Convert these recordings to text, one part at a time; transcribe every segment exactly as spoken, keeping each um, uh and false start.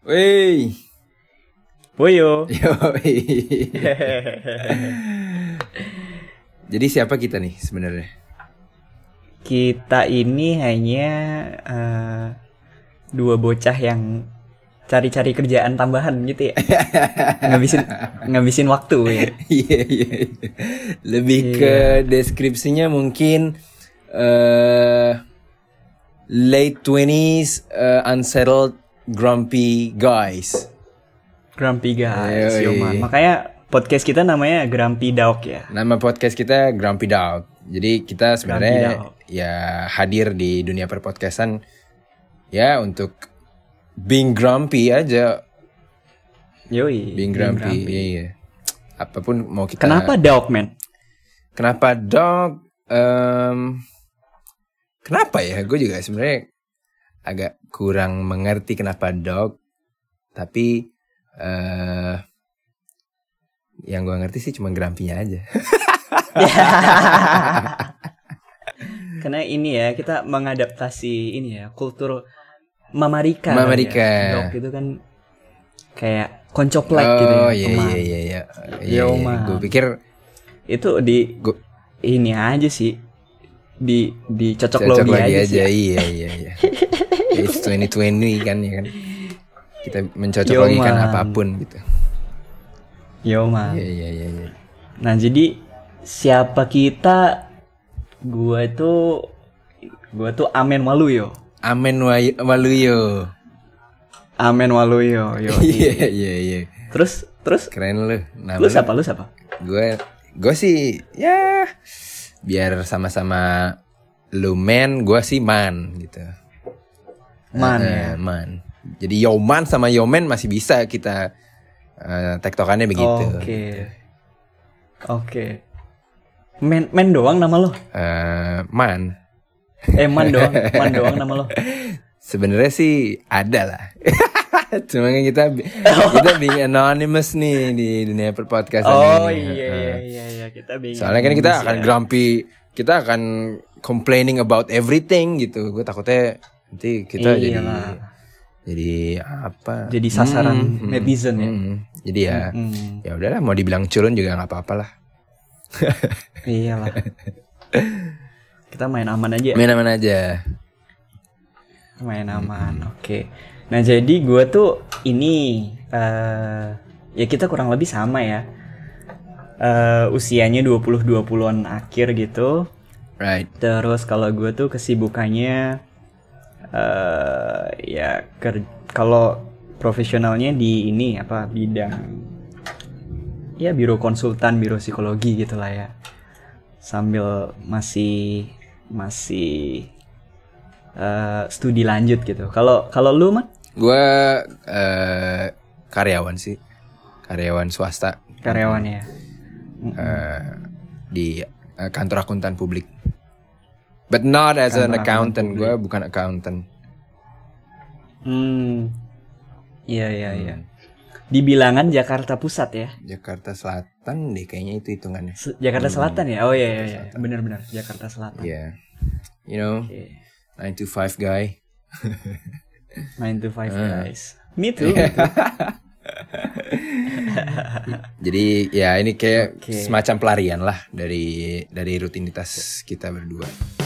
Wey, Woyo. yoi. Jadi siapa kita nih sebenarnya? Kita ini hanya uh, dua bocah yang cari-cari kerjaan tambahan gitu ya. ngabisin ngabisin waktu ya. Iya iya. Lebih Iya. ke deskripsinya mungkin uh, late twenties uh, unsettled grumpy guys. Grumpy guys, Yoi. Yoman. Makanya podcast kita namanya Grumpy Dog ya. Nama podcast kita Grumpy Dog. Jadi kita sebenarnya Grumpy Dog. ya hadir di dunia perpodcastan ya untuk being grumpy aja. Yoi. Being grumpy. Iya. Apapun mau kita. Kenapa dog, man? Kenapa dog? Em, kenapa ya? Gue juga sebenarnya agak kurang mengerti kenapa dog. Tapi eh yang gue ngerti sih cuma grumpy-nya aja. Karena ini ya, kita mengadaptasi ini ya, kultur Mama Rika. Mama kan Rika. Ya. Dog itu kan kayak koncoplek gitu ya. Oh iya Emak. iya iya iya. Iya, Oma. Gue pikir Itu di Gua- ini aja sih. Di di cocok, cocok logi lagi aja, aja. sih. Iya iya iya. It's twenty twenty kan ya kan. Kita mencocok Yo, lagi kan man. apapun gitu. Yo, man. Iya iya iya iya. Nah, jadi siapa kita? Gua itu gua tuh Amen Waluyo. Amen wa- Waluyo. Amen Waluyo. Yo. Iya iya iya. Terus terus Keren lu. Nama lu siapa? Lu siapa? Gue gue sih ya biar sama-sama lu man, gue sih man gitu. Man Eh, ya. man. Jadi Yoman sama Yomen masih bisa kita eh, tektokannya begitu. Oke. Oke. Men men doang nama lo? Eh, man. Eh man doang, man doang nama lo. Sebenarnya sih ada lah. Cuma kan kita kita being anonymous nih di dunia perpodcastan Oh ini. iya Eh, iya iya iya kita bingung. Soalnya kan kita akan grumpy, kita akan complaining about everything gitu. Gue takutnya nanti kita jadi Iyalah. jadi apa? Jadi sasaran Hmm, netizen ya. hmm. Jadi ya Hmm, ya udahlah, mau dibilang culun juga nggak apa-apa lah. iyalah. Kita main aman aja. Main-main aja. Main aman. Oke. Nah, jadi gue tuh ini eh ya kita kurang lebih sama ya. Eh usianya dua puluh dua puluhan akhir gitu. Right. Terus kalau gue tuh kesibukannya eh ya ker- kalau profesionalnya di ini apa bidang ya biro konsultan, biro psikologi gitulah ya. Sambil masih masih eh, studi lanjut gitu. Kalau kalau lu mah Gue eh, karyawan sih, karyawan swasta. karyawan ya. Eh, di eh, kantor akuntan publik. But not as an Kantor accountant. akuntan Gue bukan accountant. Hmm. Iya iya iya. Di bilangan Jakarta Pusat ya. Jakarta Selatan deh kayaknya itu hitungannya. Se- Jakarta Selatan ya. Oh iya iya iya. Benar-benar Jakarta Selatan. Yeah. You know, Oke. nine to five guy. nine to five Ah. guys. Me too. me too. Jadi ya ini kayak Oke. semacam pelarian lah dari dari rutinitas kita berdua.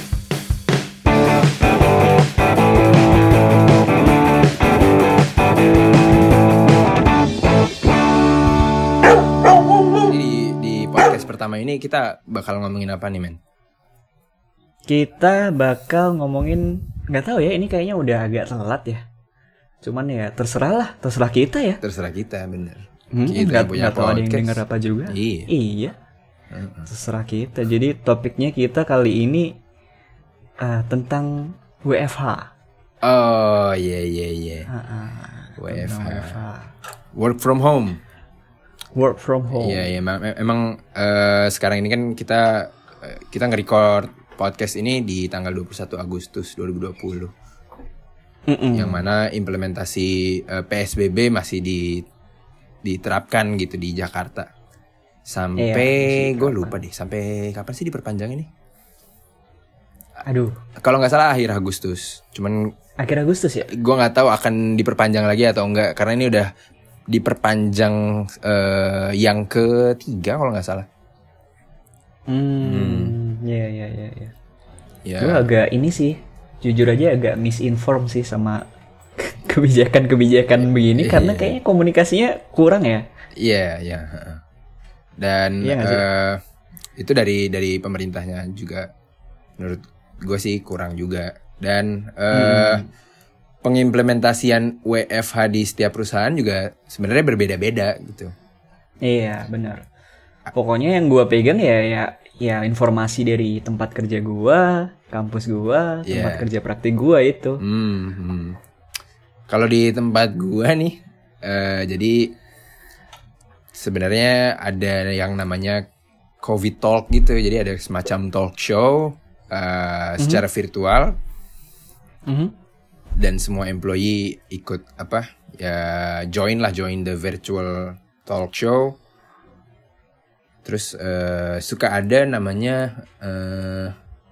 Jadi di, di podcast pertama ini kita bakal ngomongin apa nih, men? Kita bakal ngomongin nggak tahu ya, ini kayaknya udah agak telat ya. Cuman ya terserah lah, terserah kita ya. Terserah kita, bener. Hmm, Kita nggak yang punya nggak tahu ada yang podcast. denger apa juga. Iya. Iya. Terserah kita. Jadi topiknya kita kali ini eh, tentang W F H. Oh iya iya iya. Ah, ah, W F H. tentang W F H. Work from home. Work from home. Iya iya emang, emang eh, sekarang ini kan kita eh, kita nge-record podcast ini di tanggal dua puluh satu Agustus dua ribu dua puluh. Mm-mm. Yang mana implementasi eh, P S B B masih di diterapkan gitu di Jakarta. Sampai Iya, gue lupa deh sampai kapan sih diperpanjang ini? Aduh. Kalau nggak salah akhir Agustus. Cuman Akhir Agustus ya? Gue nggak tahu akan diperpanjang lagi atau enggak, karena ini udah diperpanjang uh, yang ketiga kalau nggak salah. Hmm, ya ya ya ya. Ya. Gue agak ini sih, jujur aja agak misinform sih sama kebijakan-kebijakan begini, karena kayaknya komunikasinya kurang ya. Iya, iya. Dan iya uh, itu dari dari pemerintahnya juga, menurut gue sih kurang juga. Dan uh, hmm. pengimplementasian W F H di setiap perusahaan juga sebenarnya berbeda-beda gitu. Iya, benar. Pokoknya yang gue pegang ya ya ya informasi dari tempat kerja gue, kampus gue, tempat yeah. kerja praktik gue itu. Hmm, hmm. Kalau di tempat gue nih, uh, jadi sebenarnya ada yang namanya COVID Talk gitu. Jadi ada semacam talk show uh, mm-hmm. secara virtual. Mm-hmm. Dan semua employee ikut apa? Ya join lah, join the virtual talk show. Terus uh, suka ada namanya uh,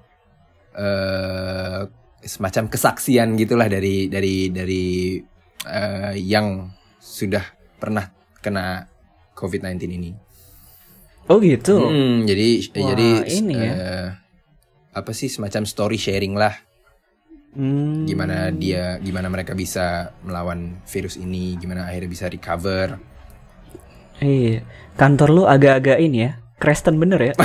uh, semacam kesaksian gitulah dari dari dari uh, yang sudah pernah kena covid sembilan belas ini. Oh gitu. Hmm, jadi Wah, jadi ini ya. uh, apa sih semacam story sharing lah. Hmm. Gimana dia gimana mereka bisa melawan virus ini, gimana akhirnya bisa recover. Iya, kantor lu agak-agak ini ya, Kristen bener ya?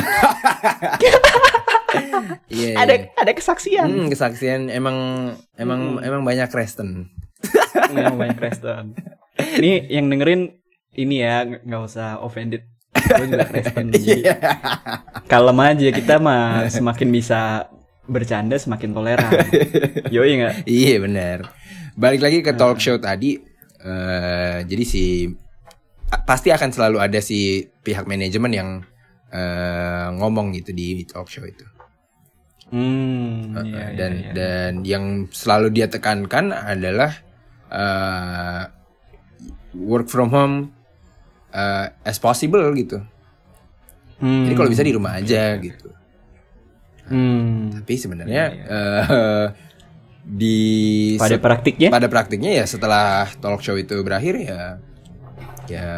Iya. Ada ada kesaksian. Hmm, kesaksian emang emang hmm. emang banyak Kristen. Emang banyak Kristen. Ini yang dengerin ini ya, nggak usah offended. Gue juga Kristen. Jadi kalem aja, kita mah semakin bisa bercanda semakin toleran. Yoi nggak? Iya benar. Balik lagi ke talk show uh. tadi. Uh, jadi si pasti akan selalu ada si pihak manajemen yang uh, ngomong gitu di talk show itu. Hmm, uh, iya, dan iya, iya. dan yang selalu dia tekankan adalah uh, work from home uh, as possible gitu. Hmm. Jadi kalau bisa di rumah aja okay, gitu. Hmm. Tapi sebenarnya iya, iya. Uh, di pada se- praktiknya, pada praktiknya ya setelah talk show itu berakhir ya. Ya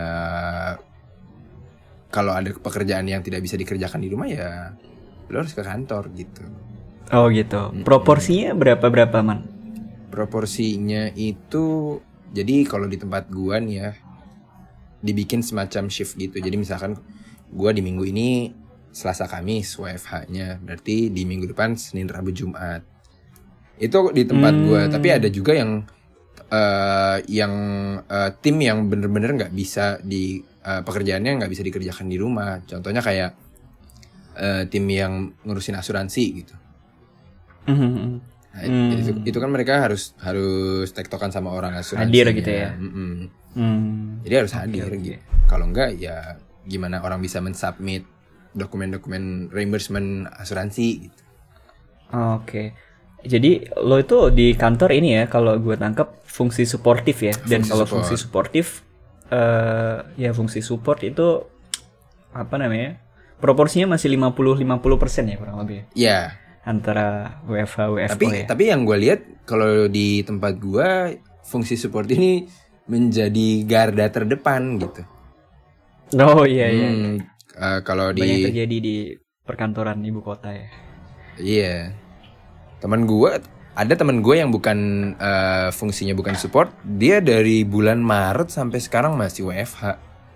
kalau ada pekerjaan yang tidak bisa dikerjakan di rumah ya lo harus ke kantor gitu. Oh gitu. Proporsinya berapa-berapa man? Proporsinya itu jadi kalau di tempat gua nih ya dibikin semacam shift gitu. Jadi misalkan gua di minggu ini Selasa Kamis W F H-nya, berarti di minggu depan Senin Rabu Jumat. Itu di tempat hmm. gua, tapi ada juga yang Uh, yang uh, tim yang bener-bener nggak bisa di uh, pekerjaannya nggak bisa dikerjakan di rumah. Contohnya kayak uh, tim yang ngurusin asuransi gitu. Mm-hmm. Nah, mm. itu, itu kan mereka harus harus tektokan sama orang asuransi. Hadir gitu ya. Mm. Jadi harus okay, hadir okay. gitu. Kalau enggak ya gimana orang bisa mensubmit dokumen-dokumen reimbursement asuransi gitu. Oke. Okay. Jadi lo itu di kantor ini ya, kalau gue tangkap fungsi suportif ya. Dan kalau support. fungsi suportif uh, ya fungsi support itu apa namanya, proporsinya masih lima puluh lima puluh persen ya kurang lebih. Iya yeah. Antara W F H W F O tapi, ya. Tapi yang gue lihat kalau di tempat gue fungsi support ini menjadi garda terdepan gitu. Oh iya iya, hmm, iya. Uh, kalau di banyak terjadi di perkantoran ibu kota ya. Iya. Teman gue, ada teman gue yang bukan uh, fungsinya bukan support, dia dari bulan Maret sampai sekarang masih W F H.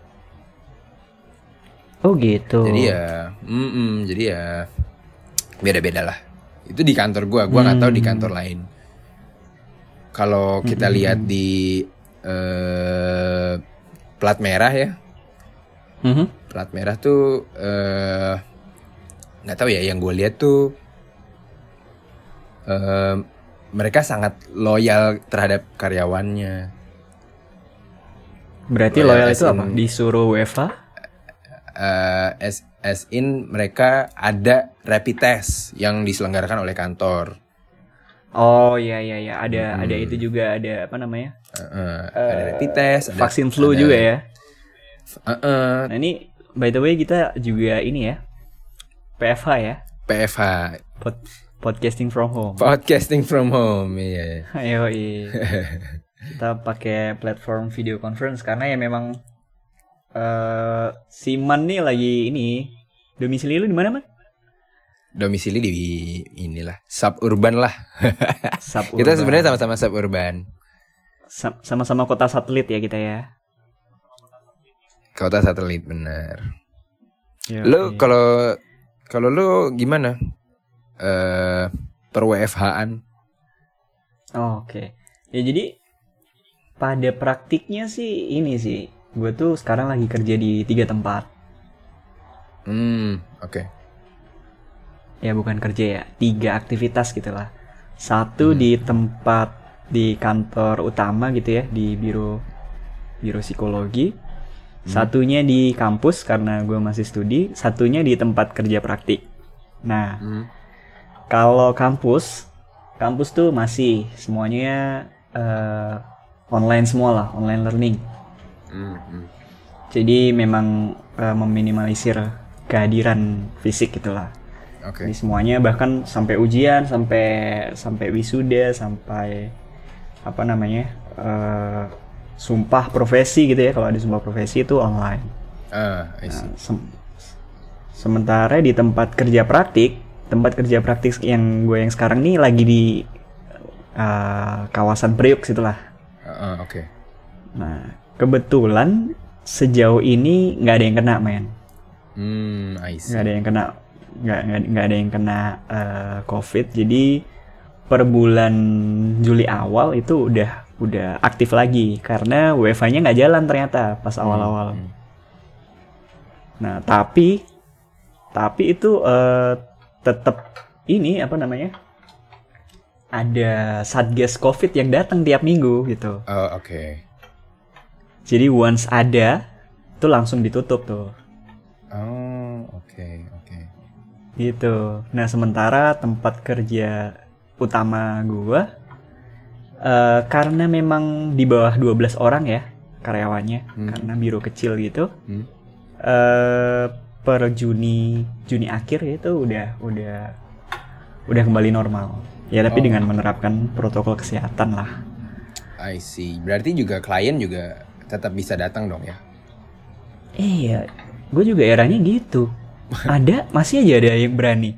Oh gitu. Jadi ya, mm-mm, jadi ya beda-beda lah. Itu di kantor gue, gue nggak hmm. tahu di kantor lain. Kalau kita hmm. lihat di uh, plat merah ya, hmm. plat merah tuh nggak uh, tahu ya. Yang gue lihat tuh Uh, mereka sangat loyal terhadap karyawannya. Berarti loyal, loyal itu in, apa? Disuruh W F H? Uh, as, as in mereka ada rapid test yang diselenggarakan oleh kantor. Oh iya iya iya, ada hmm. ada itu juga, ada apa namanya? Uh, uh, ada rapid test, ada vaksin flu ada, juga ya. Uh, uh, nah ini by the way kita juga ini ya, P F H ya. P F H. Pot- podcasting from home. Podcasting from home, iya. Ayo, kita pakai platform video conference karena ya memang uh, si Man nih lagi ini domisili lu di mana, Man? Domisili di inilah suburban lah. Suburban. Kita sebenarnya sama-sama suburban. Sa- sama-sama kota satelit ya kita ya. Kota satelit benar. Ya, Lu okay. kalau kalau lu gimana? Eh uh, per W F H-an? Oh, oke. Okay. Ya jadi pada praktiknya sih ini sih. Gue tuh sekarang lagi kerja di tiga tempat. Hmm, oke. Okay. Ya bukan kerja ya, tiga aktivitas gitu lah. Satu hmm. di tempat di kantor utama gitu ya, di biro biro psikologi. Hmm. Satunya di kampus karena gue masih studi. Satunya di tempat kerja praktik. Nah, hmm. kalau kampus, kampus tuh masih semuanya uh, online semua lah, online learning. Hmm. Hmm. Jadi memang uh, meminimalisir kehadiran fisik gitulah. Okay. Jadi semuanya bahkan sampai ujian, sampai sampai wisuda, sampai apa namanya uh, sumpah profesi gitu ya. Kalau ada sumpah profesi itu online. Ah, I see. Nah, sem- sementara di tempat kerja praktik, tempat kerja praktik yang gue yang sekarang nih lagi di uh, kawasan Priuk situlah. Uh, uh, Oke. Okay. Nah kebetulan sejauh ini nggak ada yang kena, men. Hmm, I see. Nggak ada yang kena. nggak nggak nggak ada yang kena uh, COVID, jadi per bulan Juli awal itu udah udah aktif lagi karena W F H-nya nggak jalan ternyata pas awal-awal. Hmm. Nah tapi tapi itu uh, tetap ini apa namanya ada satgas COVID yang datang tiap minggu gitu. Oh oke. Okay. Jadi once ada itu langsung ditutup tuh. Oh oke okay, oke. Okay. Gitu. Nah sementara tempat kerja utama gua uh, karena memang di bawah dua belas orang ya karyawannya, hmm. karena biro kecil gitu. Hmm. Uh, per Juni Juni akhir itu udah udah udah kembali normal. Ya tapi oh. dengan menerapkan protokol kesehatan lah. I see. Berarti juga klien juga tetap bisa datang dong ya? Iya, gue juga eranya gitu. Ada, masih aja ada yang berani.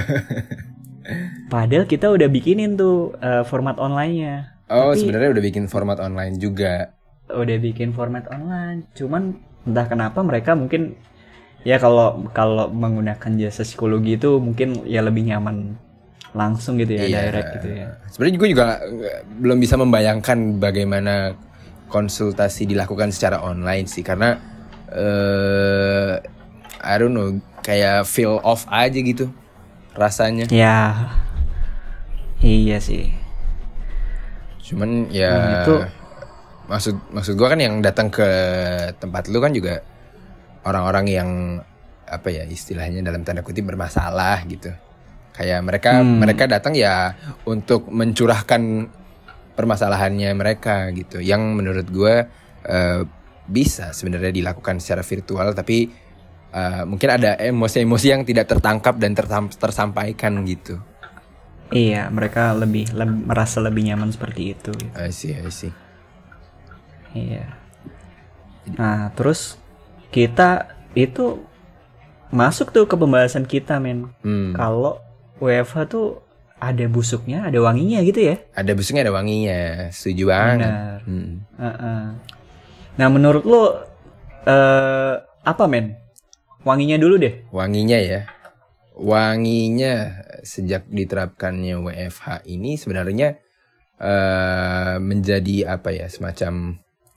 Padahal kita udah bikinin tuh uh, format online-nya. Oh, tapi, sebenarnya udah bikin format online juga. Udah bikin format online. Cuman entah kenapa mereka mungkin ya kalau kalau menggunakan jasa psikologi itu mungkin ya lebih nyaman langsung gitu ya, iya, direct gitu ya. Sebenarnya gue juga belum bisa membayangkan bagaimana konsultasi dilakukan secara online sih, karena uh, I don't know, kayak feel off aja gitu rasanya. Ya, iya sih. Cuman ya nah, itu maksud maksud gue kan yang datang ke tempat lu kan juga orang-orang yang apa ya istilahnya dalam tanda kutip bermasalah gitu. Kayak mereka hmm. mereka datang ya untuk mencurahkan permasalahannya mereka gitu. Yang menurut gue uh, bisa sebenarnya dilakukan secara virtual, tapi Uh, mungkin ada emosi-emosi yang tidak tertangkap dan tertam- tersampaikan gitu. Iya, mereka lebih le- merasa lebih nyaman seperti itu. Gitu. I see, I see. Iya. Nah, terus kita itu masuk tuh ke pembahasan kita, men. Hmm. Kalau W F H tuh ada busuknya, ada wanginya gitu ya? Ada busuknya, ada wanginya. Setuju banget. Benar. Hmm. Uh-uh. Nah, menurut lo uh, apa, men? Wanginya dulu deh. Wanginya ya. Wanginya sejak diterapkannya W F H ini sebenarnya uh, menjadi apa ya, semacam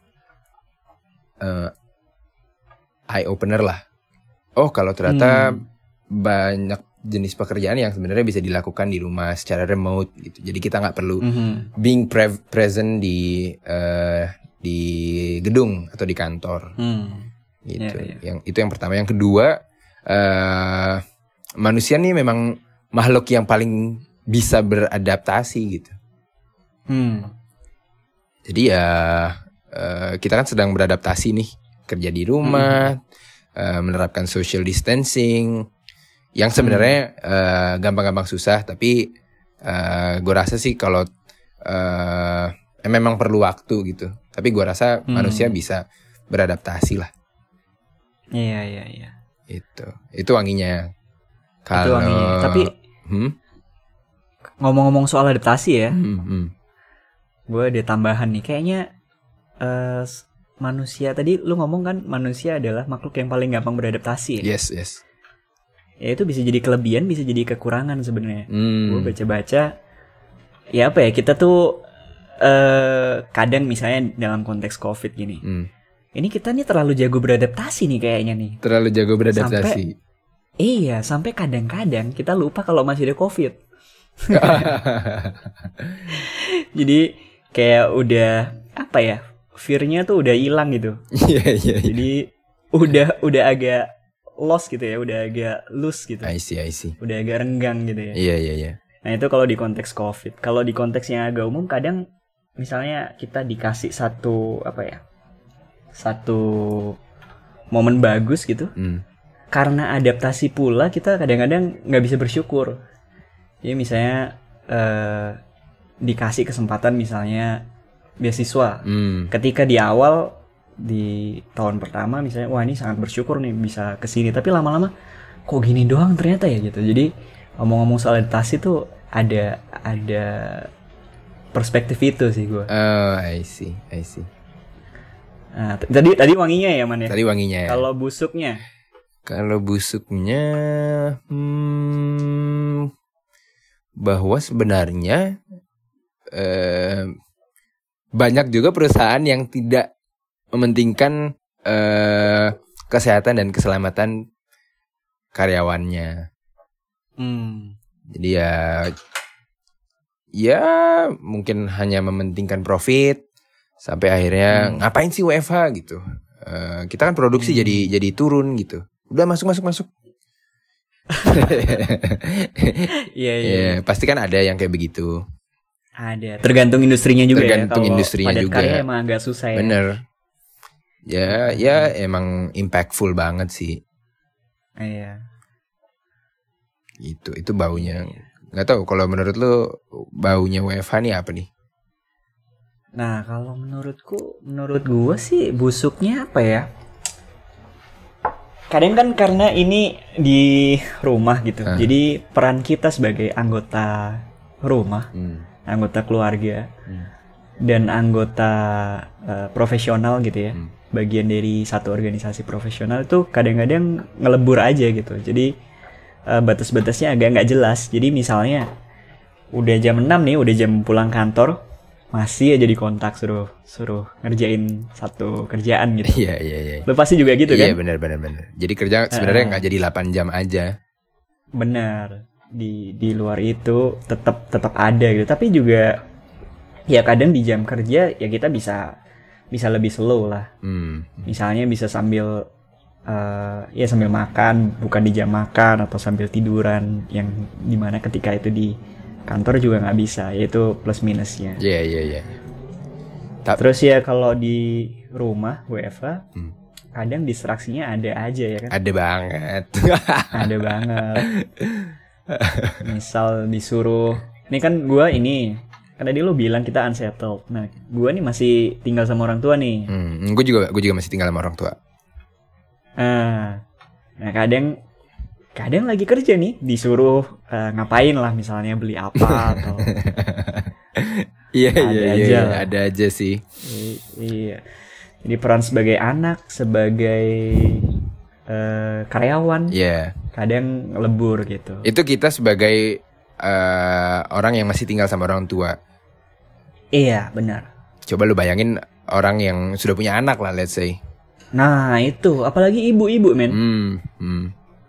uh, eye opener lah. Oh, kalau ternyata hmm. banyak jenis pekerjaan yang sebenarnya bisa dilakukan di rumah secara remote gitu. Jadi kita nggak perlu mm-hmm. being pre- present di uh, di gedung atau di kantor. Hmm. Gitu. Ya, ya. Yang itu yang pertama. Yang kedua, uh, manusia nih memang makhluk yang paling bisa beradaptasi gitu. Hmm. Jadi ya uh, kita kan sedang beradaptasi nih, kerja di rumah, hmm. uh, menerapkan social distancing. Yang sebenarnya hmm. uh, gampang-gampang susah, tapi uh, gue rasa sih kalau uh, memang perlu waktu gitu. Tapi gue rasa hmm. manusia bisa beradaptasi lah. Iya iya iya. Itu itu wanginya. Kalau tapi hmm? ngomong-ngomong soal adaptasi ya, hmm, hmm. gue ada tambahan nih. Kayaknya uh, manusia tadi lu ngomong kan manusia adalah makhluk yang paling gampang beradaptasi. Ya? Yes yes. Ya itu bisa jadi kelebihan, bisa jadi kekurangan sebenarnya. Hmm. Gue baca-baca, ya apa ya, kita tuh uh, kadang misalnya dalam konteks COVID gini, hmm. ini kita nih terlalu jago beradaptasi nih kayaknya nih. Terlalu jago beradaptasi. Sampai, iya, sampai kadang-kadang kita lupa kalau masih ada COVID. Jadi kayak udah apa ya, fear-nya tuh udah hilang gitu. Iya iya. Jadi udah udah agak lost gitu ya, udah agak loose gitu. I see, I see. Udah agak renggang gitu ya. Iya, iya, iya. Nah itu kalau di konteks COVID. Kalau di konteks yang agak umum, kadang misalnya kita dikasih satu apa ya, satu momen bagus gitu. Hmm. Karena adaptasi pula kita kadang-kadang nggak bisa bersyukur. Jadi misalnya eh, dikasih kesempatan misalnya beasiswa. Hmm. Ketika di awal di tahun pertama misalnya, wah ini sangat bersyukur nih bisa kesini, tapi lama-lama kok gini doang ternyata ya gitu. Jadi ngomong-ngomong soal adaptasi tuh ada ada perspektif itu sih gue. Oh, I see, I see. Nah, t- tadi tadi wanginya ya man ya. Tadi wanginya. Ya. Kalau busuknya? Kalau busuknya, hmm, bahwa sebenarnya eh, banyak juga perusahaan yang tidak mementingkan uh, kesehatan dan keselamatan karyawannya. Hmm. Jadi ya, ya mungkin hanya mementingkan profit sampai akhirnya hmm. ngapain sih W F H gitu. Uh, kita kan produksi hmm. jadi jadi turun gitu. Udah masuk masuk masuk. Iya iya. Ya, pasti kan ada yang kayak begitu. Ada. Tergantung industrinya juga. Tergantung ya. industrinya padat juga. Karya emang agak susah ya. Bener. Ya, ya emang impactful banget sih. Iya. Itu, itu baunya. Gak tahu kalau menurut lu baunya W F H nih apa nih? Nah, kalau menurutku, menurut gua sih busuknya apa ya? Kadang kan karena ini di rumah gitu. Uh. Jadi peran kita sebagai anggota rumah, hmm. anggota keluarga, hmm. dan anggota uh, profesional gitu ya. Hmm. Bagian dari satu organisasi profesional itu kadang-kadang ngelebur aja gitu. Jadi uh, batas-batasnya agak nggak jelas. Jadi misalnya udah jam enam nih, udah jam pulang kantor, masih aja di kontak suruh suruh ngerjain satu kerjaan gitu. Iya iya iya. Lo pasti juga gitu kan? Iya benar benar benar. Jadi kerja sebenarnya nggak uh, jadi delapan jam aja. Benar. Di di luar itu tetap tetap ada gitu. Tapi juga ya kadang di jam kerja ya kita bisa bisa lebih slow lah. Hmm. Misalnya bisa sambil uh, ya sambil makan, bukan di jam makan atau sambil tiduran, yang dimana ketika itu di kantor juga nggak bisa, yaitu plus minusnya. Iya yeah, iya yeah, iya. Yeah. Terus ya kalau di rumah W F H, hmm. kadang distraksinya ada aja ya kan? Ada banget. Ada banget. Misal disuruh, ini kan gue ini. Kan tadi lu bilang kita unsettled. Nah, gue nih masih tinggal sama orang tua nih. Hmm, gue juga, gue juga masih tinggal sama orang tua. Nah, nah kadang, kadang lagi kerja nih, disuruh uh, ngapain lah, misalnya beli apa atau. Iya iya iya, ada aja sih. I- iya. Jadi peran sebagai anak, sebagai uh, karyawan, yeah. kadang lebur gitu. Itu kita sebagai uh, orang yang masih tinggal sama orang tua. Iya, benar. Coba lu bayangin orang yang sudah punya anak lah, let's say. Nah, itu. Apalagi ibu-ibu, men. Hmm, hmm.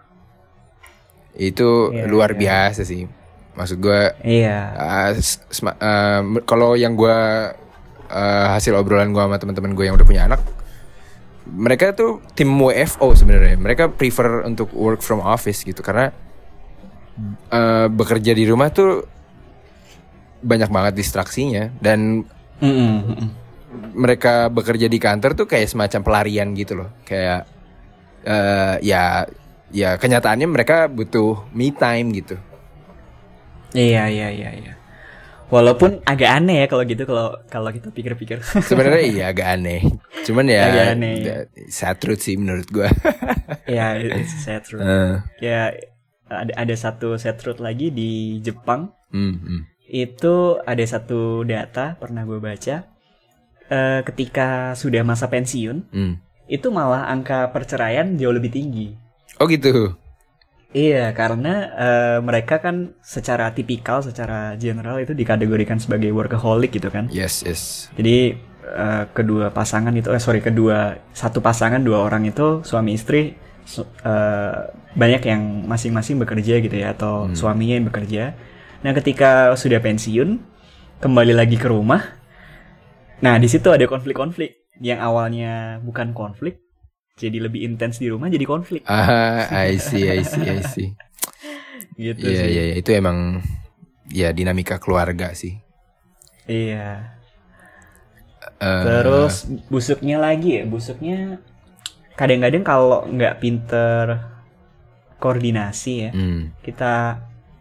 Itu yeah, luar yeah. biasa sih. Maksud gue, iya. uh, sm- uh, kalau yang gue, uh, hasil obrolan gue sama teman-teman gue yang udah punya anak, mereka tuh tim W F O sebenarnya. Mereka prefer untuk work from office gitu. Karena uh, bekerja di rumah tuh banyak banget distraksinya, dan mm-hmm. mereka bekerja di kantor tuh kayak semacam pelarian gitu loh, kayak uh, ya ya kenyataannya mereka butuh me time gitu. Iya iya iya iya. Walaupun agak aneh ya kalau gitu, kalau kalau kita pikir-pikir. Sebenarnya iya agak aneh. Cuman ya agak aneh, ya. sad truth sih menurut gue. Ya, it's sad truth. Uh. Ya ada ada satu sad truth lagi di Jepang. Mm, mm. Itu ada satu data pernah gue baca. Uh, ketika sudah masa pensiun, mm. itu malah angka perceraian jauh lebih tinggi. Oh gitu. Iya, karena uh, mereka kan secara tipikal, secara general itu dikategorikan sebagai workaholic gitu kan. Yes, yes. Jadi uh, kedua pasangan itu, eh sorry kedua satu pasangan dua orang itu suami istri uh, banyak yang masing-masing bekerja gitu ya, atau hmm. suaminya yang bekerja. Nah ketika sudah pensiun kembali lagi ke rumah, nah di situ ada konflik-konflik yang awalnya bukan konflik. Jadi lebih intens di rumah jadi konflik. Ah, I see, I see, I see. Gitu yeah, sih. Iya, iya, itu emang ya dinamika keluarga sih. Iya. Uh, Terus busuknya lagi ya, busuknya kadang-kadang kalau nggak pinter koordinasi ya, hmm. kita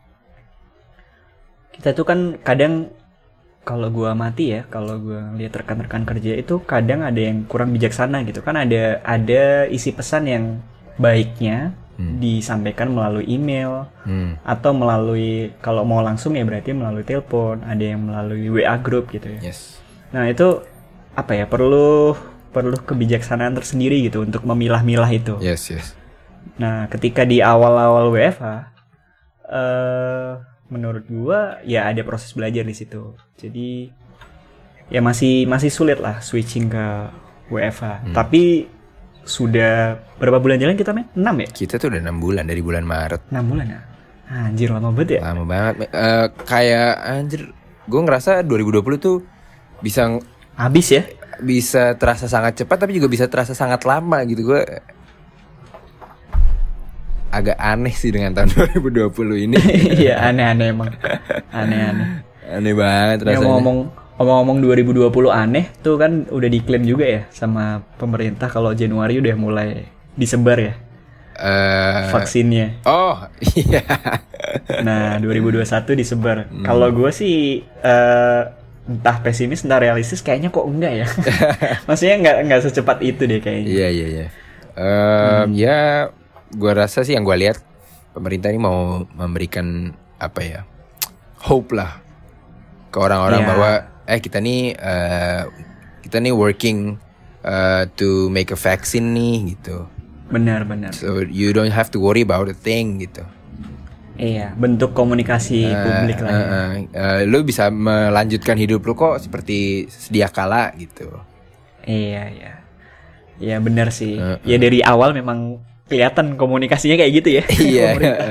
kita tuh kan kadang kalau gue amati ya, kalau gue lihat rekan-rekan kerja itu kadang ada yang kurang bijaksana gitu kan, ada ada isi pesan yang baiknya hmm. disampaikan melalui email hmm. atau melalui, kalau mau langsung ya berarti melalui telepon, ada yang melalui W A group gitu ya. Yes. Nah itu apa ya, perlu perlu kebijaksanaan tersendiri gitu untuk memilah-milah itu. Yes, yes. Nah ketika di awal-awal W F H, uh, menurut gua ya ada proses belajar di situ. Jadi ya masih masih sulit lah switching ke W F H. Hmm. Tapi sudah berapa bulan jalan kita, men? enam ya? Kita tuh udah enam bulan dari bulan Maret. enam bulan ya? Anjir lama banget ya? Lama banget. Uh, kayak anjir, gua ngerasa dua ribu dua puluh tuh bisa habis ya? Bisa terasa sangat cepat tapi juga bisa terasa sangat lama gitu. Gua agak aneh sih dengan tahun dua ribu dua puluh ini. Iya, aneh-aneh emang. Aneh-aneh. Aneh banget rasanya. Ya, ngomong ngomong dua ribu dua puluh aneh tuh kan udah diklaim juga ya sama pemerintah kalau Januari udah mulai disebar ya. Uh, vaksinnya. Oh, iya. Nah, dua ribu dua puluh satu disebar. Hmm. Kalau gue sih uh, entah pesimis entah realistis, kayaknya kok enggak ya. Maksudnya enggak enggak secepat itu deh kayaknya. Iya, iya, iya. Um, hmm. Ya gue rasa sih yang gue lihat pemerintah ini mau memberikan apa ya, hope lah ke orang-orang yeah. bahwa eh kita nih uh, kita nih working uh, to make a vaccine nih gitu. Benar-benar. So you don't have to worry about a thing gitu. Iya, bentuk komunikasi uh, publik lah. Uh, ya. uh, uh, lu bisa melanjutkan hidup lu kok seperti sedia kala gitu. Iya, iya. Ya benar sih. Uh, uh. Ya dari awal memang kelihatan komunikasinya kayak gitu ya. Iya.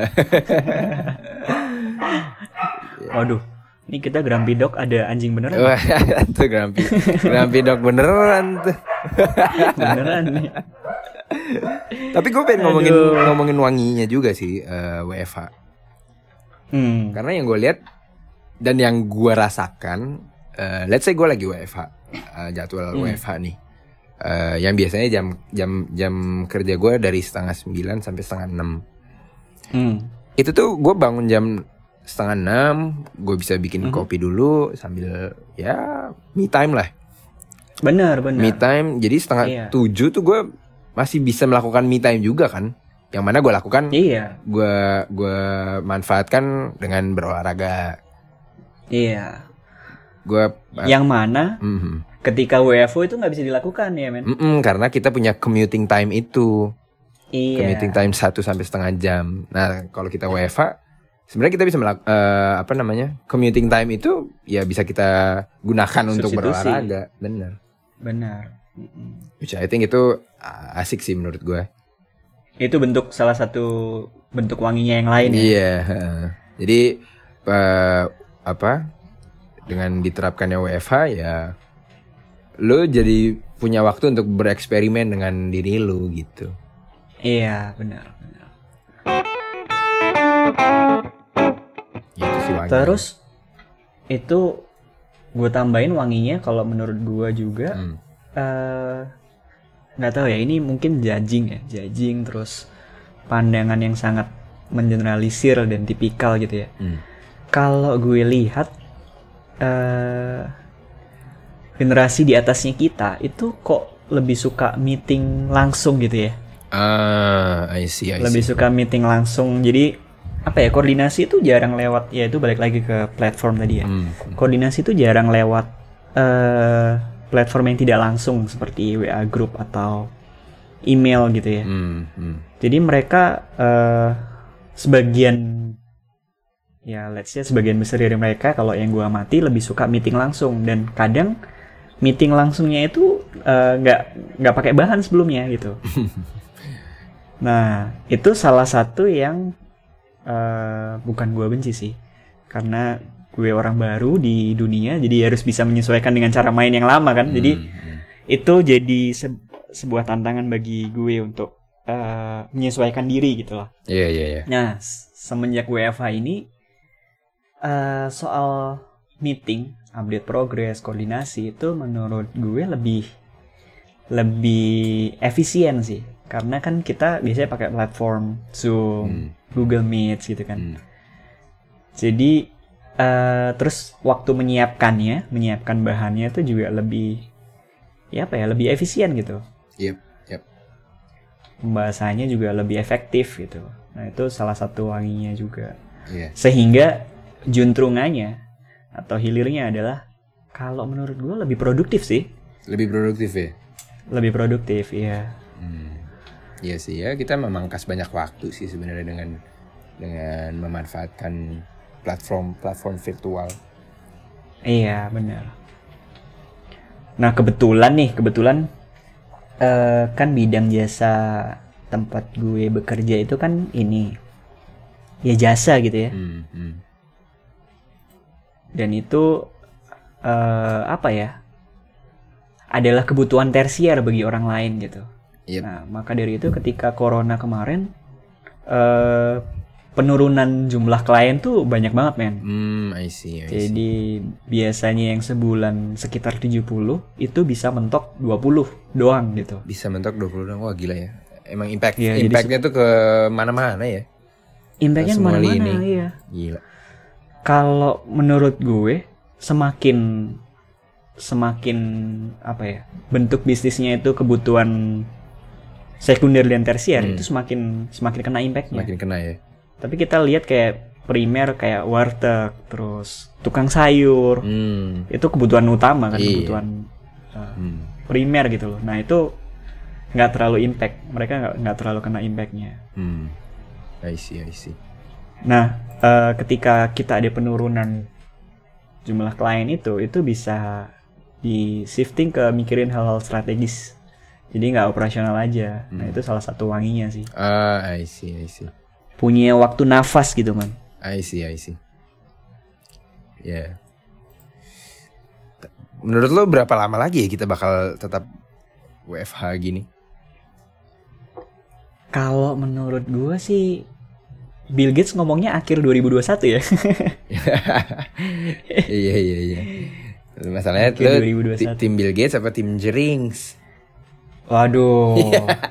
Waduh, ini kita Grumpy Dog ada anjing beneran. Wah, tuh Grumpy. Grumpy Dog beneran tuh. Beneran nih. Tapi gue pengen ngomongin ngomongin wanginya juga sih uh, W F H. Hmm. Karena yang gue lihat dan yang gue rasakan, uh, let's say gue lagi W F H, uh, jadwal hmm. W F H nih. Uh, yang biasanya jam jam jam kerja gue dari setengah sembilan sampai setengah enam. Hmm. Itu tuh gue bangun jam setengah enam, gue bisa bikin hmm. kopi dulu sambil ya me time lah. Benar benar. Me time, jadi setengah iya. tujuh tuh gue masih bisa melakukan me time juga kan. Yang mana gue lakukan, iya. gue gue manfaatkan dengan berolahraga. Iya. Gue yang mana? Mm-hmm. Ketika W F O itu nggak bisa dilakukan ya men? Mm-mm, karena kita punya commuting time itu. Iya. Commuting time satu sampai setengah jam. Nah kalau kita W F H, sebenarnya kita bisa melak- uh, apa namanya commuting time itu ya bisa kita gunakan substitusi untuk berolahraga. Benar. Benar. Which I think itu asik sih menurut gue. Itu bentuk salah satu bentuk wanginya yang lain. Iya. Yeah. Jadi uh, apa dengan diterapkannya W F H ya. Lo jadi punya waktu untuk bereksperimen dengan diri lo gitu. Iya benar benar. Gitu sih wanginya. Terus itu gue tambahin wanginya kalau menurut gue juga nggak hmm. uh, tahu ya, ini mungkin judging ya judging terus pandangan yang sangat mengeneralisir dan tipikal gitu ya. Hmm. Kalau gue lihat uh, generasi di atasnya kita itu kok lebih suka meeting langsung gitu ya. Ah, I see, I see. Lebih suka meeting langsung. Jadi apa ya, koordinasi itu jarang lewat, ya itu balik lagi ke platform tadi ya. Hmm. Koordinasi itu jarang lewat uh, platform yang tidak langsung seperti W A group atau email gitu ya. Hmm, hmm. Jadi mereka uh, sebagian ya let's say sebagian besar dari mereka kalau yang gue amati lebih suka meeting langsung, dan kadang meeting langsungnya itu nggak uh, nggak pakai bahan sebelumnya gitu. Nah itu salah satu yang uh, bukan gue benci sih, karena gue orang baru di dunia jadi harus bisa menyesuaikan dengan cara main yang lama kan. Hmm, jadi hmm. itu jadi se- sebuah tantangan bagi gue untuk uh, menyesuaikan diri gitu loh. Iya yeah, iya yeah, iya. Yeah. Nah, semenjak W F H ini uh, soal meeting, update progress, koordinasi itu menurut gue lebih lebih efisien sih. Karena kan kita biasanya pakai platform Zoom, hmm. Google Meet gitu kan. Hmm. Jadi uh, terus waktu menyiapkannya, menyiapkan bahannya itu juga lebih ya apa ya, lebih efisien gitu. Yep, yep. Pembahasannya juga lebih efektif gitu. Nah itu salah satu wanginya juga. Yeah. Sehingga juntrungannya atau hilirnya adalah kalau menurut gue lebih produktif sih. Lebih produktif ya? Lebih produktif, iya. Hmm. Iya sih ya, kita memangkas banyak waktu sih sebenarnya dengan dengan memanfaatkan platform-platform virtual. Iya benar. Nah kebetulan nih, kebetulan Uh, kan bidang jasa tempat gue bekerja itu kan ini ya jasa gitu ya. Hmm, hmm. Dan itu uh, apa ya, adalah kebutuhan tersier bagi orang lain gitu. Yep. Nah maka dari itu ketika corona kemarin uh, penurunan jumlah klien tuh banyak banget men. Hmm, I see, I see. Jadi biasanya yang sebulan sekitar tujuh puluh itu bisa mentok dua puluh doang gitu. Bisa mentok dua puluh doang. Wah gila ya. Emang impact ya, impactnya tuh ke mana-mana ya. Impactnya ke mana-mana iya. Gila. Kalau menurut gue semakin semakin apa ya, bentuk bisnisnya itu kebutuhan sekunder dan tersier, hmm. itu semakin semakin kena impactnya. Semakin kena ya. Tapi kita lihat kayak primer kayak warteg, terus tukang sayur, hmm. itu kebutuhan utama kan, iya. kebutuhan uh, hmm. primer gitu loh. Nah itu nggak terlalu impact, mereka nggak nggak terlalu kena impactnya. Hmm. I see, I see. Nah uh, ketika kita ada penurunan jumlah klien itu, itu bisa di shifting ke mikirin hal-hal strategis. Jadi nggak operasional aja. Hmm. Nah itu salah satu wanginya sih. Ah, I see, I see. Punya waktu nafas gitu man. I see, I see. Ya. Yeah. Menurut lo berapa lama lagi ya kita bakal tetap W F H gini? Kalau menurut gue sih Bill Gates ngomongnya akhir dua ribu dua puluh satu ya. Iya iya iya. Masalahnya akhir lo dua ribu dua puluh satu. Tim Bill Gates apa tim Jerings? Waduh.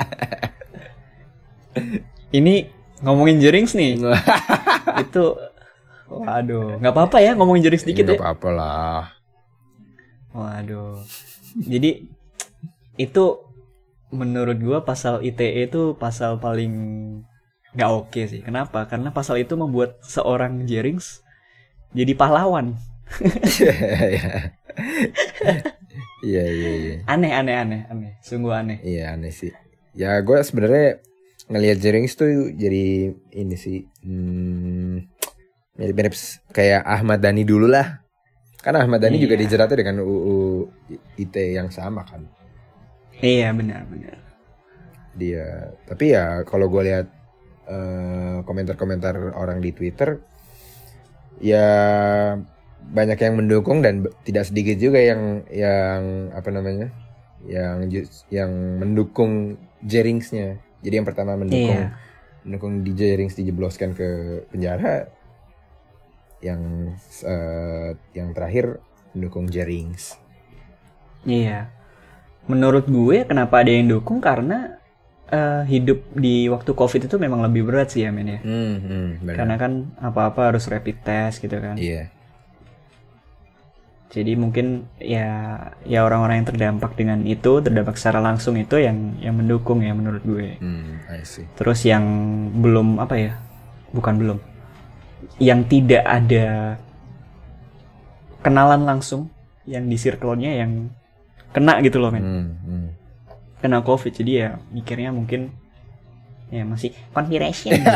Ini ngomongin Jerings nih. Itu waduh, nggak apa-apa ya ngomongin Jerings dikit ya. Nggak apa-apa lah. Waduh. Jadi itu menurut gua pasal I T E itu pasal paling nggak oke sih. Kenapa? Karena pasal itu membuat seorang Jerings jadi pahlawan. Iya iya iya. Aneh aneh aneh aneh, sungguh aneh. Iya aneh sih. Ya gue sebenarnya ngelihat Jerings tuh jadi ini sih hmm, mirip-mirip kayak Ahmad Dhani dulu lah. Kan Ahmad Dhani iya. juga dijeratnya dengan U U I T E yang sama kan. Iya benar-benar. Dia, tapi ya kalau gue lihat uh, komentar-komentar orang di Twitter, ya banyak yang mendukung dan tidak sedikit juga yang yang apa namanya, yang yang mendukung Jeringsnya. Jadi yang pertama mendukung iya. mendukung D J Jerings dijebloskan ke penjara. Yang uh, yang terakhir mendukung Jerings. Iya. Menurut gue kenapa ada yang dukung karena uh, hidup di waktu COVID itu memang lebih berat sih ya men ya. Hmm, hmm, benar. Karena kan apa-apa harus rapid test gitu kan. Iya. Jadi mungkin ya ya orang-orang yang terdampak dengan itu, terdampak secara langsung itu yang yang mendukung ya menurut gue. Hmm, I see. Terus yang belum apa ya? Bukan belum. Yang tidak ada kenalan langsung yang di circle-nya yang kena gitu loh men. Hmm, hmm. Kena COVID, jadi ya mikirnya mungkin ya masih conspiration gitu.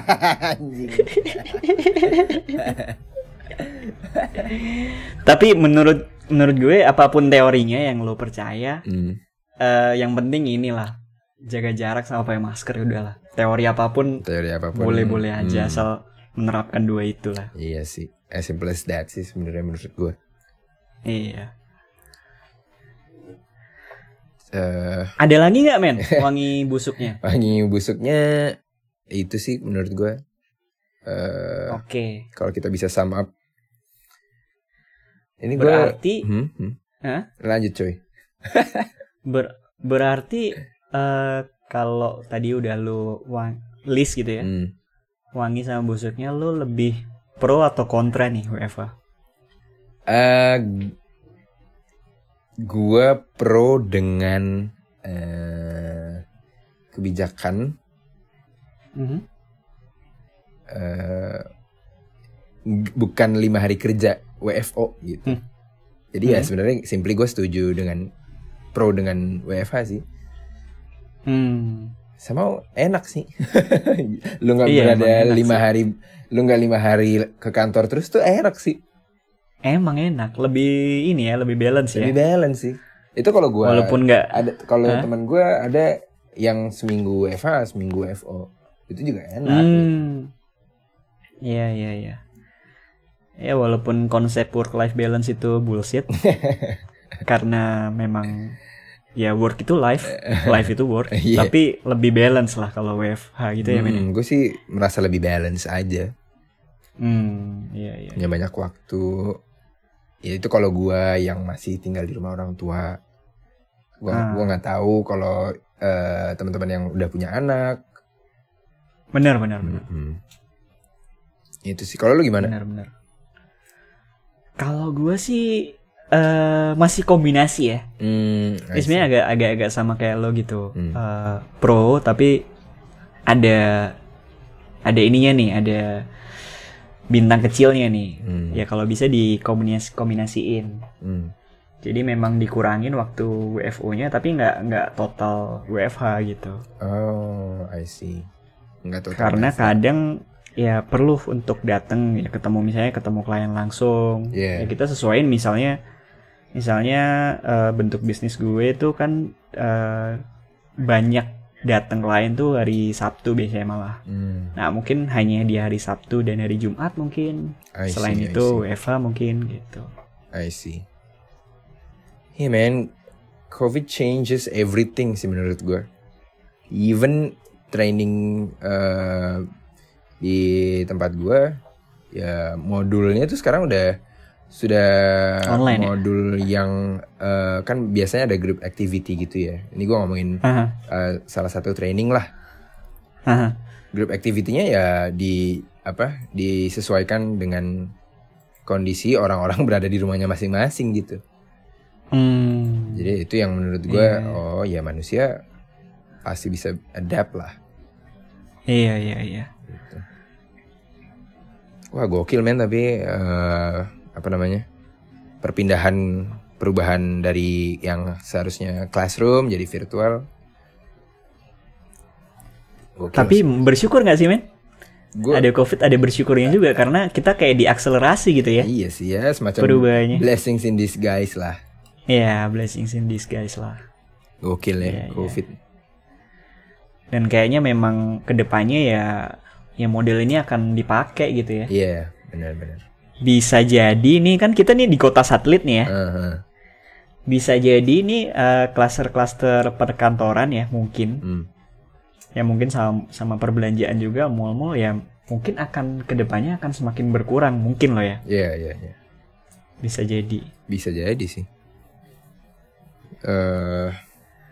Tapi menurut menurut gue apapun teorinya yang lo percaya, hmm. uh, yang penting inilah jaga jarak sama pakai masker udahlah. Teori apapun, teori apapun boleh-boleh aja hmm. asal menerapkan dua itulah. Iya sih, as simple as that sih sebenarnya menurut gue. Iya. Uh, Ada lagi nggak men wangi busuknya? Wangi busuknya itu sih menurut gue. Uh, Oke. Okay. Kalau kita bisa sum up, ini gue. Berarti. Hmm, hmm. Huh? Lanjut coy. Ber, berarti uh, kalau tadi udah lu wang, list gitu ya, hmm. wangi sama busuknya, lu lebih pro atau kontra nih W F H? Uh, gue pro dengan uh, kebijakan mm-hmm. uh, g- bukan lima hari kerja W F O gitu. Hmm. Jadi hmm. ya sebenarnya simply gue setuju dengan pro dengan W F H sih. Hmm. Sama enak sih. Lu nggak iya, berada lima hari, lu nggak lima hari ke kantor terus tuh enak sih. Emang enak, lebih ini ya, lebih balance lebih ya. Lebih balance sih. Itu kalau gue. Walaupun nggak. Ada kalau huh? teman gue ada yang seminggu W F H, seminggu W F O. Itu juga enak. Hmm. Iya gitu. iya iya. Ya walaupun konsep work life balance itu bullshit. Karena memang ya work itu life, life itu work. yeah. Tapi lebih balance lah kalau W F H gitu hmm, ya men. Gue sih merasa lebih balance aja. Hmm, iya iya. Punya banyak waktu. Ya itu kalau gue yang masih tinggal di rumah orang tua. Gue ah. gue nggak tahu kalau uh, teman-teman yang udah punya anak. Benar benar benar. Mm-hmm. Itu sih. Kalau lu gimana? Benar benar. Kalau gue sih uh, masih kombinasi ya. Hmm, sebenarnya agak agak agak sama kayak lo gitu. Hmm. Uh, pro tapi ada ada ininya nih, ada bintang kecilnya nih. Hmm. Ya kalau bisa dikombinasi kombinasiin. Hmm. Jadi memang dikurangin waktu W F O-nya tapi nggak nggak total W F H gitu. Oh, I see. Nggak total. Karena kadang ya perlu untuk datang ya ketemu misalnya ketemu klien langsung. Yeah. Ya kita sesuaiin misalnya misalnya uh, bentuk bisnis gue itu kan uh, banyak datang klien tuh hari Sabtu biasanya malah. Mm. Nah mungkin hanya di hari Sabtu dan hari Jumat mungkin. I Selain see, itu W F H mungkin gitu. I see. Hey man, COVID changes everything sih menurut gue. Even training uh, di tempat gue ya modulnya tuh sekarang udah sudah online, modul ya? Yang uh, kan biasanya ada group activity gitu ya. Ini gue ngomongin uh-huh. uh, salah satu training lah. Uh-huh. Group activity-nya ya di apa disesuaikan dengan kondisi orang-orang berada di rumahnya masing-masing gitu. Hmm. Jadi itu yang menurut gue yeah. oh ya manusia pasti bisa adapt lah. Iya iya iya. Gitu. Wah gokil men tapi uh, apa namanya perpindahan perubahan dari yang seharusnya classroom jadi virtual. Gokil tapi sih. Bersyukur nggak sih men? Gua, ada COVID ada bersyukurnya juga karena kita kayak diakselerasi gitu ya. Iya sih ya semacam perubahannya. Blessings in disguise lah. Iya blessings in disguise lah. Gokil ya, ya COVID. Ya. Dan kayaknya memang kedepannya ya ya model ini akan dipakai gitu ya. Iya, yeah, benar-benar. Bisa jadi nih kan kita nih di kota satelit nih ya. Uh-huh. Bisa jadi nih uh, klaster-klaster perkantoran ya mungkin. Hmm. Ya mungkin sama, sama perbelanjaan juga mall-mall ya mungkin akan kedepannya akan semakin berkurang mungkin loh ya. Iya, yeah, iya, yeah, iya. Yeah. Bisa jadi. Bisa jadi sih. Uh,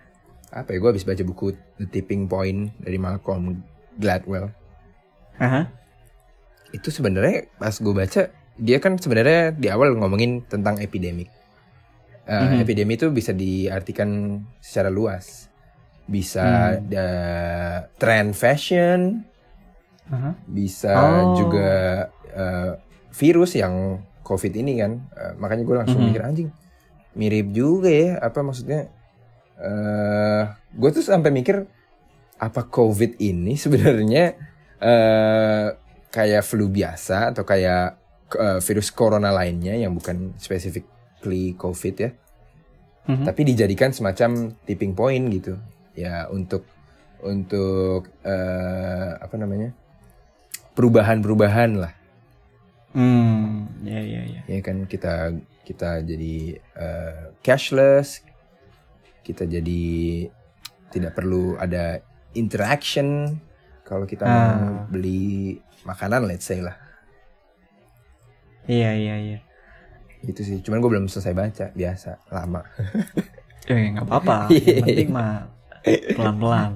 apa ya? Gue habis baca buku The Tipping Point dari Malcolm Gladwell. Aha. Itu sebenarnya pas gue baca, dia kan sebenarnya di awal ngomongin tentang epidemik. Uh, mm-hmm. Epidemi itu bisa diartikan secara luas. Bisa hmm. da, trend fashion, uh-huh. bisa oh. juga uh, virus yang COVID ini kan. Uh, makanya gue langsung mm-hmm. mikir anjing, mirip juga ya. Apa maksudnya? Uh, gue tuh sampai mikir apa COVID ini sebenarnya uh, kayak flu biasa atau kayak uh, virus corona lainnya yang bukan specifically COVID ya. Mm-hmm. Tapi dijadikan semacam tipping point gitu. Ya untuk untuk uh, apa namanya perubahan-perubahan lah. Hmm, ya ya ya. Ya kan kita kita jadi uh, cashless, kita jadi tidak perlu ada interaction kalau kita ah. mau beli makanan, let's say lah. Iya iya iya. Itu sih. Cuman gue belum selesai baca, biasa lama. Eh nggak apa-apa. Yang penting mah pelan-pelan.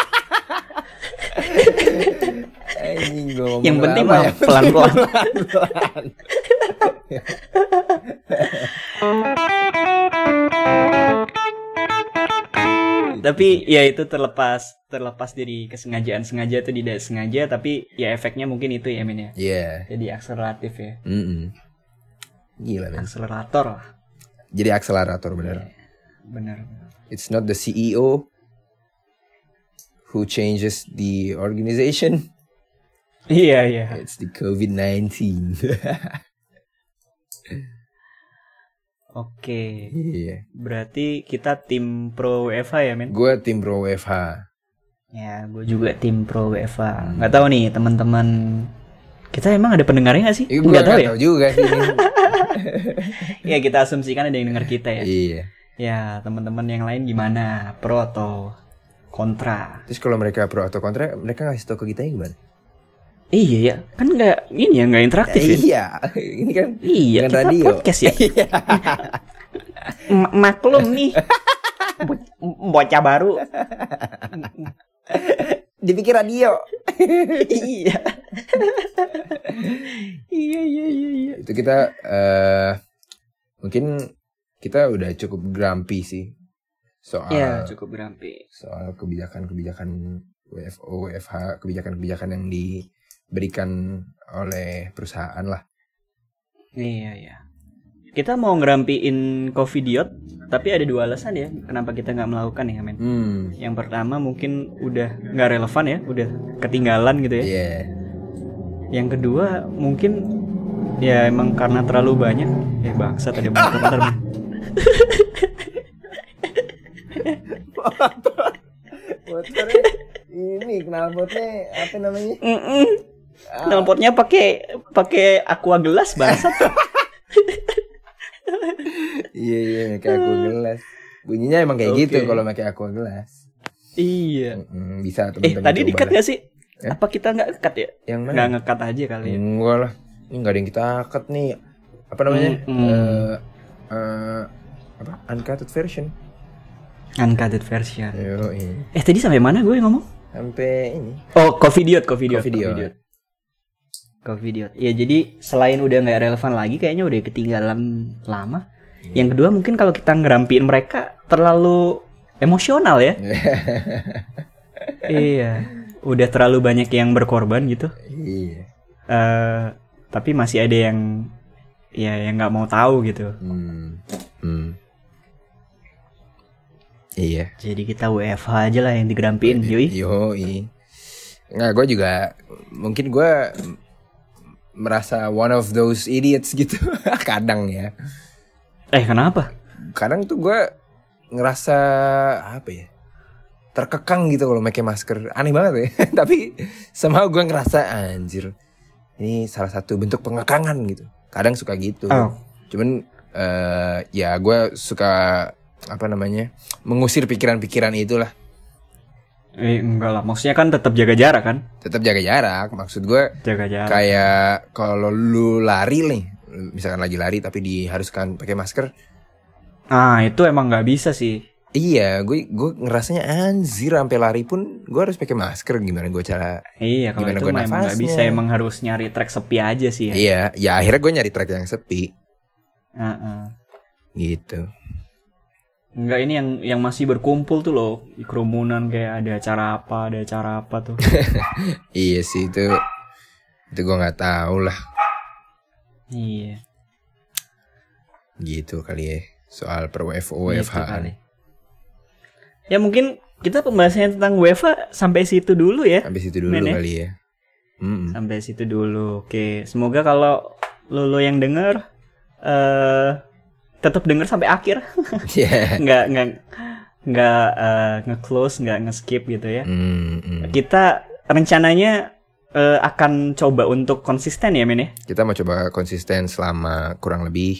Yang penting mah pelan-pelan. Tapi ya itu terlepas terlepas dari kesengajaan sengaja atau tidak sengaja, tapi ya efeknya mungkin itu ya men ya. Iya. Yeah. Jadi akseleratif ya. Mm-mm. Gila men. Akselerator lah. Jadi akselerator benar. Yeah. Benar. It's not the C E O who changes the organization. Iya, iya. It's the covid nineteen. Oke. Iya. Berarti kita tim pro W F H ya, men? Gue tim pro W F H. Ya, gue juga tim pro W F H. Hmm. Gak tahu nih, teman-teman. Kita emang ada pendengarnya gak sih? Eh, gue gak tahu ya? Tahu juga sih. Ya, kita asumsikan ada yang denger kita ya. Iya. Ya, teman-teman yang lain gimana? Pro atau kontra? Terus kalau mereka pro atau kontra, mereka ngasih tau ke kita gimana? Iya ya, kan nggak ini ya nggak interaktif ya. Iya, ini kan iya kita radio. Podcast ya. M- maklum nih, bocah baru. Dipikir radio. Iya. Iya iya iya iya. Itu kita uh, mungkin kita udah cukup grumpy sih soal. Iya cukup grumpy. Soal kebijakan-kebijakan W F O, W F H, kebijakan-kebijakan yang diberikan oleh perusahaan lah. Iya iya. Kita mau ngerampiin Covidiot, tapi ada dua alasan ya kenapa kita nggak melakukan ya men. Hmm. Yang pertama mungkin udah nggak relevan ya, udah ketinggalan gitu ya. Iya. Yeah. Yang kedua mungkin ya emang karena terlalu banyak. Eh bangsa tadi mau komentar men. Motornya ini knalpotnya apa namanya? Ah. Knalpotnya pakai pakai aqua gelas bangsat. Iya iya pakai aqua gelas. Bunyinya emang kayak okay. gitu kalau pakai aqua gelas. Iya. Mm-hmm, bisa teman-teman. Eh tadi dikat gak sih? Eh? Apa kita nggak ngekat ya? Yang mana? Nggak ngekat aja kali ya? Enggak lah. Ini nggak ada yang kita cut nih. Apa namanya? Mm-hmm. Uh, uh, apa? Uncut version. Uncut version. Yo, iya. Eh tadi sampai mana gue ngomong? Sampai ini. Oh, Covidiot, Covidiot, Covidiot. Covidiot. Ya jadi selain udah nggak relevan lagi, kayaknya udah ketinggalan lama. Hmm. Yang kedua mungkin kalau kita ngerampiin mereka terlalu emosional ya. Iya. Udah terlalu banyak yang berkorban gitu. Iya. Uh, tapi masih ada yang ya yang nggak mau tahu gitu. Hmm. Hmm. Iya. Jadi kita W F H aja lah yang digerampiin, yoi. Yoi. Nggak, gue juga mungkin gue merasa one of those idiots gitu. Kadang ya. Eh kenapa? Kadang tuh gue ngerasa apa ya? Terkekang gitu kalau pakai masker. Aneh banget ya. Tapi somehow gue ngerasa anjir. Ini salah satu bentuk pengekangan gitu. Kadang suka gitu. Oh. Cuman uh, ya gue suka apa namanya mengusir pikiran-pikiran itulah. Eh enggak lah, maksudnya kan tetap jaga jarak kan? Tetap jaga jarak, maksud gue. Jaga jarak. Kayak kalau lu lari nih, misalkan lagi lari tapi diharuskan pakai masker. Ah itu emang nggak bisa sih. Iya, gue gue ngerasanya anjir sampai lari pun gue harus pakai masker. Gimana gue cara? Iya, kalau Gimana itu gua mah emang nggak nafasnya? bisa, emang harus nyari track sepi aja sih ya. Iya, ya akhirnya gue nyari track yang sepi Heeh. gitu. Enggak, ini yang yang masih berkumpul tuh loh, di kerumunan kayak ada acara apa, ada acara apa tuh. Iya sih itu, itu gue nggak tahu lah. Iya. Gitu kali ya soal per W F O W F H. Gitu kali. Ya mungkin kita pembahasannya tentang W F H sampai situ dulu ya. Sampai situ dulu Men, ya? kali ya. Mm-mm. Sampai situ dulu. Oke, semoga kalau lo, lo yang denger eh tetap denger sampai akhir. Yeah. nggak nggak nggak eh, nge-close, nggak nge-skip gitu ya. Mm-mm. Kita rencananya eh, akan coba untuk konsisten ya, Men ya. Kita mau coba konsisten selama kurang lebih.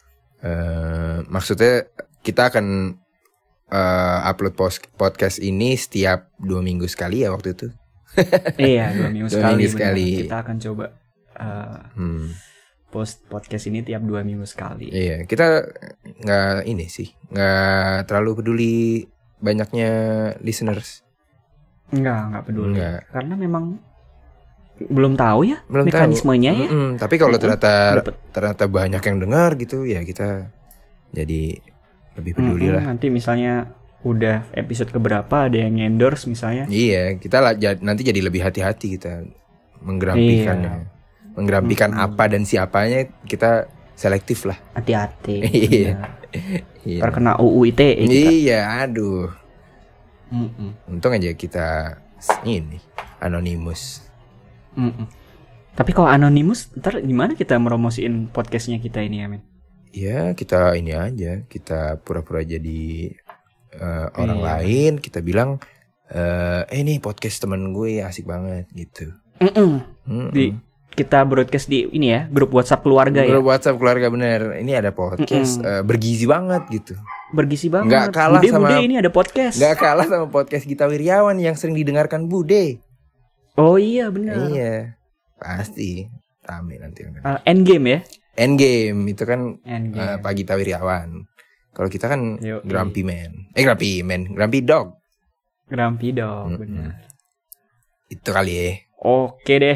Uh, maksudnya kita akan uh, upload post- podcast ini setiap dua minggu sekali ya waktu itu. Iya, dua minggu Dua sekali. minggu benar. sekali. Kita akan coba eh, Hmm. post podcast ini tiap dua minggu sekali. Iya, kita nggak ini sih, nggak terlalu peduli banyaknya listeners. Enggak, enggak peduli. Enggak. Karena memang belum tahu ya Belum tahu. mekanismenya ya. Mm-mm, tapi kalau Mm-mm. ternyata Dapet. ternyata banyak yang dengar gitu, ya kita jadi lebih peduli Mm-mm, lah. Nanti misalnya udah episode keberapa ada yang endorse misalnya. Iya, kita lah, ja- nanti jadi lebih hati-hati kita menggerampikannya, Iya. menggerampikan Mm-mm. apa dan siapanya kita selektif lah. Hati-hati. Iya. Benar. Iya. Terkena U U I T E kita. Iya, aduh. Mm-mm. Untung aja kita ini anonimus. Mm-mm. Tapi kalau anonimus, ntar gimana kita meromosiin podcastnya kita ini ya, Men? Ya kita ini aja, kita pura-pura jadi uh, orang Iya. lain, kita bilang, eh eh, nih podcast temen gue asik banget gitu. Mm-mm. Mm-mm. Di kita broadcast di ini ya, grup WhatsApp keluarga Grup ya. WhatsApp keluarga bener, ini ada podcast Mm-mm. eh, bergizi banget gitu. Bergizi banget. Nggak kalah Bude, sama- Bude, ini ada podcast. Gak kalah sama podcast Gita Wirjawan yang sering didengarkan Bude. Oh iya benar. Iya, pasti rame nanti. Uh, Endgame ya. Endgame itu kan Endgame. eh, Pak Gita Wirjawan. Kalau kita kan Yoi. Grumpy Man. Eh Grumpy Man, Grumpy Dog. Grumpy Dog, Mm-mm. benar. Itu kali ya. Oke deh.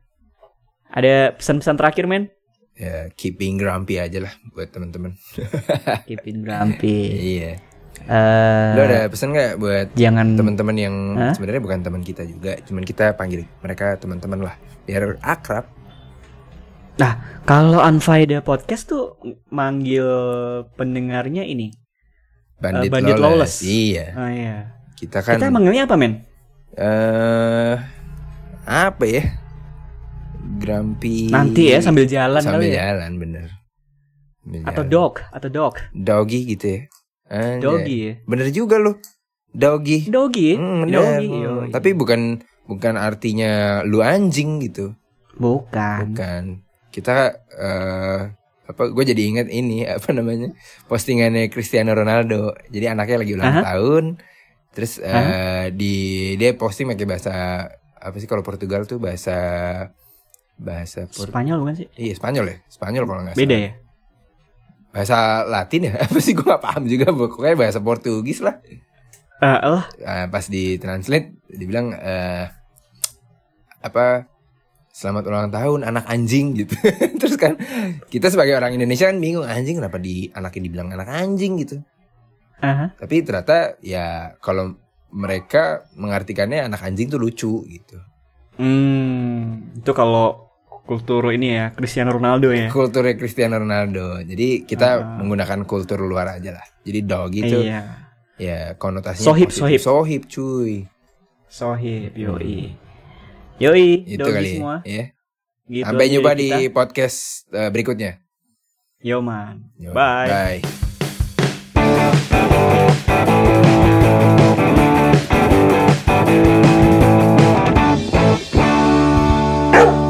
Ada pesan-pesan terakhir, Men? Ya, keeping grumpy aja lah buat teman-teman. Keepin Grumpy. Iya. Eh, Lo ada pesan nggak buat jangan teman-teman yang Hah? sebenarnya bukan teman kita juga, cuman kita panggil mereka teman-teman lah, biar akrab. Nah, kalau Unfaida Podcast tuh manggil pendengarnya ini. Bandit, Eh, Bandit Lawless. Lawless. Iya. Oh iya. Kita kan Kita manggilnya apa, Men? eh apa ya? Grumpy. Nanti ya sambil jalan sambil kali ya. jalan bener. Sambil Atau jalan. dog, atau dog. Doggy gitu ya. Anjay. Doggy ya. Bener juga loh. Doggy. Doggy. Hmm, bener. Doggy. Hmm, yoi. Tapi bukan bukan artinya lu anjing gitu. bukan. Bukan. Kita eh apa gue jadi ingat ini apa namanya? Postingannya Cristiano Ronaldo. Jadi anaknya lagi ulang Aha. tahun. Terus eh di dia posting pakai bahasa apa sih kalau Portugal tuh bahasa bahasa Port- Spanyol bukan sih? Iya Spanyol ya. Spanyol kalau nggak Beda salah. ya? Bahasa Latin ya? Apa sih gue gak paham juga. Pokoknya bahasa Portugis lah. Eh lah. Nah, pas di translate dibilang eh apa selamat ulang tahun anak anjing gitu. Terus kan kita sebagai orang Indonesia kan bingung anjing kenapa di anaknya dibilang anak anjing gitu. Aha. Tapi ternyata ya kalau mereka mengartikannya anak anjing tuh lucu gitu. Hmm, itu kalau kultur ini ya, Cristiano Ronaldo ya. Kulturnya Cristiano Ronaldo. Jadi kita Ah. menggunakan kultur luar aja lah. Jadi dog itu Iya. ya konotasinya Sohib, positif. sohib. Sohib cuy. Sohib, yoi. Yoi, Itu doggy kali semua. ya. Gitu Sampai aja jumpa dari di kita. podcast eh, berikutnya. Yo man. Yo, Bye. Bye.